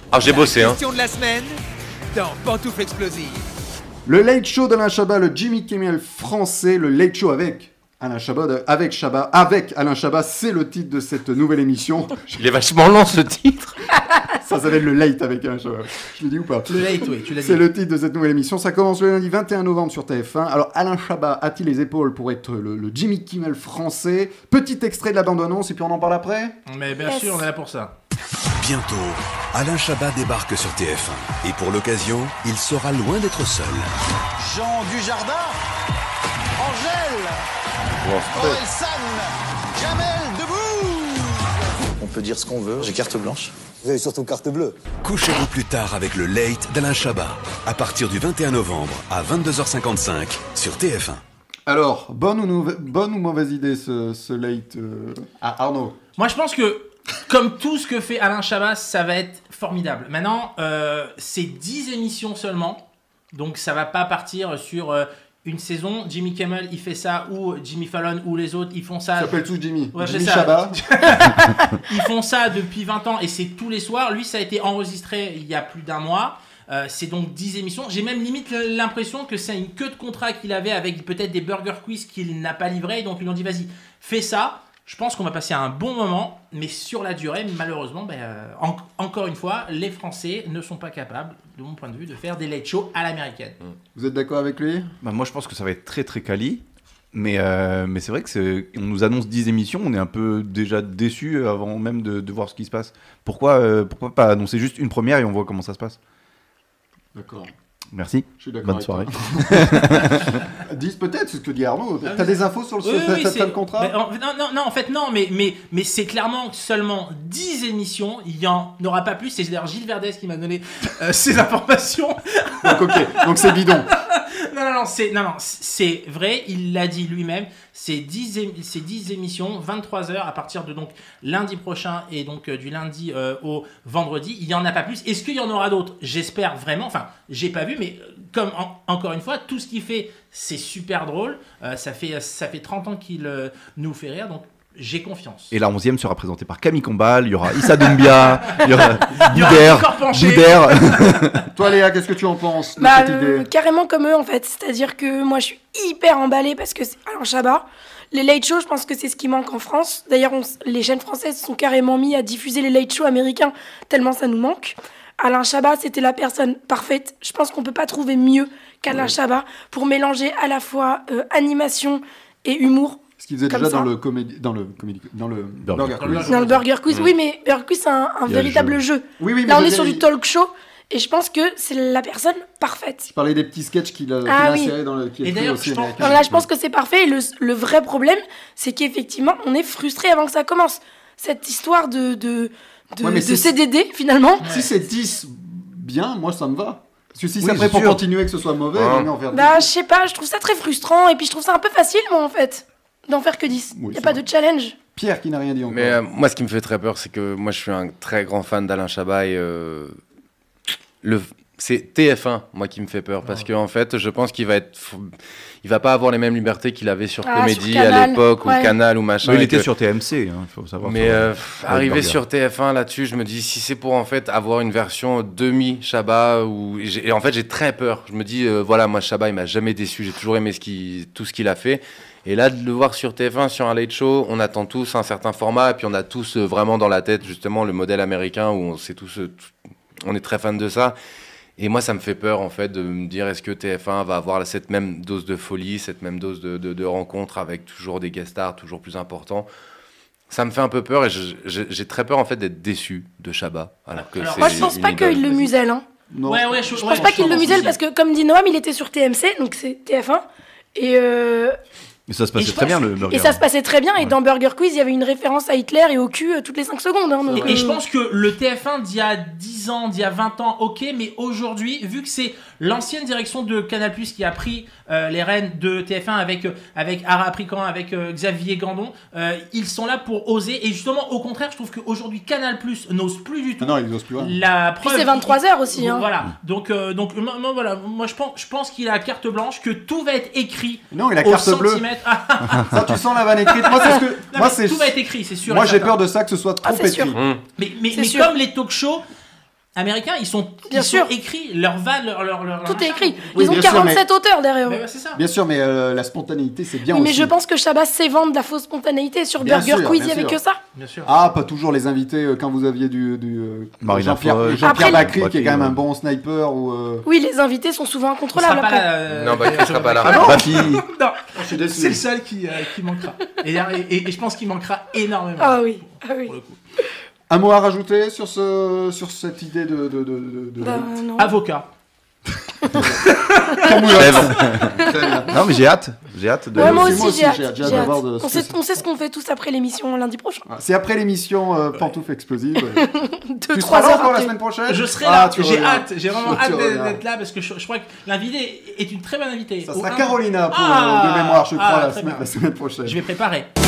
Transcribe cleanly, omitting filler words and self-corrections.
Ah, j'ai bossé, hein. Question de la semaine dans Pantoufle Explosive. Le Late Show d'Alain Chabat, le Jimmy Kimmel français, le Late Show avec Alain Chabat, avec Alain Chabat, c'est le titre de cette nouvelle émission. Il est vachement lent ce titre. Ça s'appelle le Late avec Alain Chabat. Je l'ai dit ou pas? Le Late, oui, tu l'as dit. C'est le titre de cette nouvelle émission. Ça commence le lundi 21 novembre sur TF1. Alors, Alain Chabat a-t-il les épaules pour être le Jimmy Kimmel français? Petit extrait de la bande-annonce et puis on en parle après. Mais bien sûr, on est là pour ça. Bientôt, Alain Chabat débarque sur TF1. Et pour l'occasion, il sera loin d'être seul. Jean Dujardin, Angèle, Orelsan, Jamel, debout. On peut dire ce qu'on veut, j'ai carte blanche. Vous avez surtout carte bleue. Couchez-vous plus tard avec le Late d'Alain Chabat. À partir du 21 novembre à 22h55 sur TF1. Alors, bonne ou mauvaise idée ce Late Arnaud? Moi, je pense que, comme tout ce que fait Alain Chabat, ça va être formidable. Maintenant, c'est 10 émissions seulement, donc ça va pas partir sur une saison. Jimmy Kimmel, il fait ça, ou Jimmy Fallon, ou les autres, ils font ça. Ça s'appelle tous Jimmy. Ouais, Jimmy c'est ça. Chabat. Ils font ça depuis 20 ans, et c'est tous les soirs. Lui, ça a été enregistré il y a plus d'un mois. C'est donc 10 émissions. J'ai même limite l'impression que c'est une queue de contrat qu'il avait avec peut-être des Burger Quiz qu'il n'a pas livré. Donc ils lui ont dit vas-y, fais ça. Je pense qu'on va passer un bon moment, mais sur la durée, malheureusement, encore une fois, les Français ne sont pas capables, de mon point de vue, de faire des late shows à l'américaine. Vous êtes d'accord avec lui? Bah, moi, je pense que ça va être très très quali. Mais c'est vrai qu'on nous annonce 10 émissions, on est un peu déjà déçus avant même de voir ce qui se passe. Pourquoi pas annoncer juste une première et on voit comment ça se passe? D'accord. Merci. Je suis d'accord. Bonne soirée. 10 peut-être, c'est ce que dit Arnaud. T'as des infos sur cette fin de contrat? Non, en fait, non, mais c'est clairement seulement 10 émissions. Il n'y en aura pas plus. C'est d'ailleurs Gilles Verdez qui m'a donné ces informations. Donc, ok, donc c'est bidon. Non, c'est vrai, il l'a dit lui-même. C'est 10 émissions, 23 heures à partir de donc lundi prochain et donc du lundi au vendredi. Il n'y en a pas plus. Est-ce qu'il y en aura d'autres? J'espère vraiment. Enfin, j'ai pas vu, mais comme encore une fois, tout ce qu'il fait, c'est super drôle. Ça fait 30 ans qu'il nous fait rire, donc j'ai confiance. Et la 11e sera présentée par Camille Combal, il y aura Issa Doumbia, il y aura Boudère. Toi Léa, qu'est-ce que tu en penses de cette idée? Carrément comme eux en fait, c'est-à-dire que moi je suis hyper emballée parce que c'est Alain Chabat. Les late shows, je pense que c'est ce qui manque en France. D'ailleurs, les chaînes françaises sont carrément mis à diffuser les late shows américains tellement ça nous manque. Alain Chabat, c'était la personne parfaite. Je pense qu'on peut pas trouver mieux qu'Alain Chabat pour mélanger à la fois animation et humour. Ce qu'il faisait déjà dans le Burger Quiz. Oui, mais Burger Quiz, c'est un véritable jeu. Oui, là, on est sur du talk show. Et je pense que c'est la personne parfaite. Tu parlais des petits sketchs qu'il a insérés dans le... Et d'ailleurs, je pense que c'est parfait. Et le vrai problème, c'est qu'effectivement, on est frustré avant que ça commence. Cette histoire de CDD, finalement. Si c'est 10 bien, moi, ça me va. Parce que si c'est après pour continuer que ce soit mauvais, on est en faire. Bah, je sais pas, je trouve ça très frustrant. Et puis, je trouve ça un peu facile, moi, en fait, d'en faire que 10. Il n'y a pas de challenge. Pierre qui n'a rien dit encore. Mais moi, ce qui me fait très peur, c'est que moi, je suis un très grand fan d'Alain Chabat et c'est TF1, moi, qui me fait peur. Parce qu'en fait, je pense qu'il va pas avoir les mêmes libertés qu'il avait sur Comédie à l'époque, ou Canal, ou machin. Mais il était sur TMC, il faut savoir. Mais arriver sur TF1 là-dessus, je me dis, si c'est pour en fait avoir une version demi-Chabat, et en fait, j'ai très peur. Je me dis, voilà, moi, Chabat, il m'a jamais déçu. J'ai toujours aimé tout ce qu'il a fait. Et là, de le voir sur TF1, sur un late show, on attend tous un certain format, et puis on a tous vraiment dans la tête, justement, le modèle américain, où on sait tous, on est très fan de ça. Et moi, ça me fait peur, en fait, de me dire, est-ce que TF1 va avoir cette même dose de folie, cette même dose de rencontre, avec toujours des guest stars, toujours plus importants. Ça me fait un peu peur, et j'ai très peur, en fait, d'être déçu de Chabat. Moi, je pense pas qu'il le muselle, hein. Non. Je pense pas qu'il le muselle, parce que, comme dit Noam, il était sur TMC, donc c'est TF1, et... Mais ça se passait très bien, le burger. Et ça se passait très bien, et dans Burger Quiz, il y avait une référence à Hitler et au cul toutes les 5 secondes. Hein, donc, et je pense que le TF1 d'il y a 10 ans, d'il y a 20 ans, ok, mais aujourd'hui, vu que c'est l'ancienne direction de Canal+, qui a pris les rênes de TF1 avec Ara Prican, avec Xavier Gandon, ils sont là pour oser, et justement, au contraire, je trouve qu'aujourd'hui, Canal+ n'ose plus du tout. Non, ils n'osent plus. La preuve, puis c'est 23h aussi. Hein. Voilà, donc voilà, moi je pense qu'il a carte blanche, que tout va être écrit. Non, il a carte bleue. Ça, tu sens la vanne écrite. Moi, tout va être écrit, c'est sûr. Moi, j'ai peur de ça, que ce soit trop écrit. Mais comme les talk shows, américains, ils sont écrits, leurs vannes, leur tout est écrit. Oui, Ils ont bien sûr, 47 auteurs derrière eux. Mais ouais, c'est ça. Bien sûr, mais la spontanéité, c'est bien Oui, mais aussi. je pense que Chabat sait vendre de la fausse spontanéité. Sur Bien Burger sûr, Quiz, il bien n'y avait sûr. que ça. Bien sûr. Ah, pas toujours les invités quand vous aviez du Marina Jean-Pierre Foch. Jean-Pierre Après, Bacri, qui est Bacri, quand même ouais. un bon sniper ou. Oui, les invités sont souvent On incontrôlables sera pas après. là. Non, il sera pas là. Bafi. Non, Je suis déçu. c'est le seul qui manquera. Et je pense qu'il manquera énormément. Ah oui, ah oui. Pour le coup. Un mot à rajouter sur cette idée de... Bah, non. Avocat. Très bien. Non, mais j'ai hâte de. Ouais, moi Moi aussi, aussi, j'ai hâte. j'ai hâte j'ai d'avoir hâte. de- On sait ce qu'on fait tous après l'émission lundi prochain. C'est après l'émission Pantoufles Explosives. 2-3 Tu seras là heures encore la après. semaine prochaine Je serai Ah, là, tu j'ai reviens. hâte, j'ai vraiment Tu hâte reviens. d'être là parce que je crois que l'invité est une très bonne invitée. Ça sera Au un- Carolina pour Ah, de mémoire, je crois, ah, la très semaine bien. prochaine. Je vais préparer.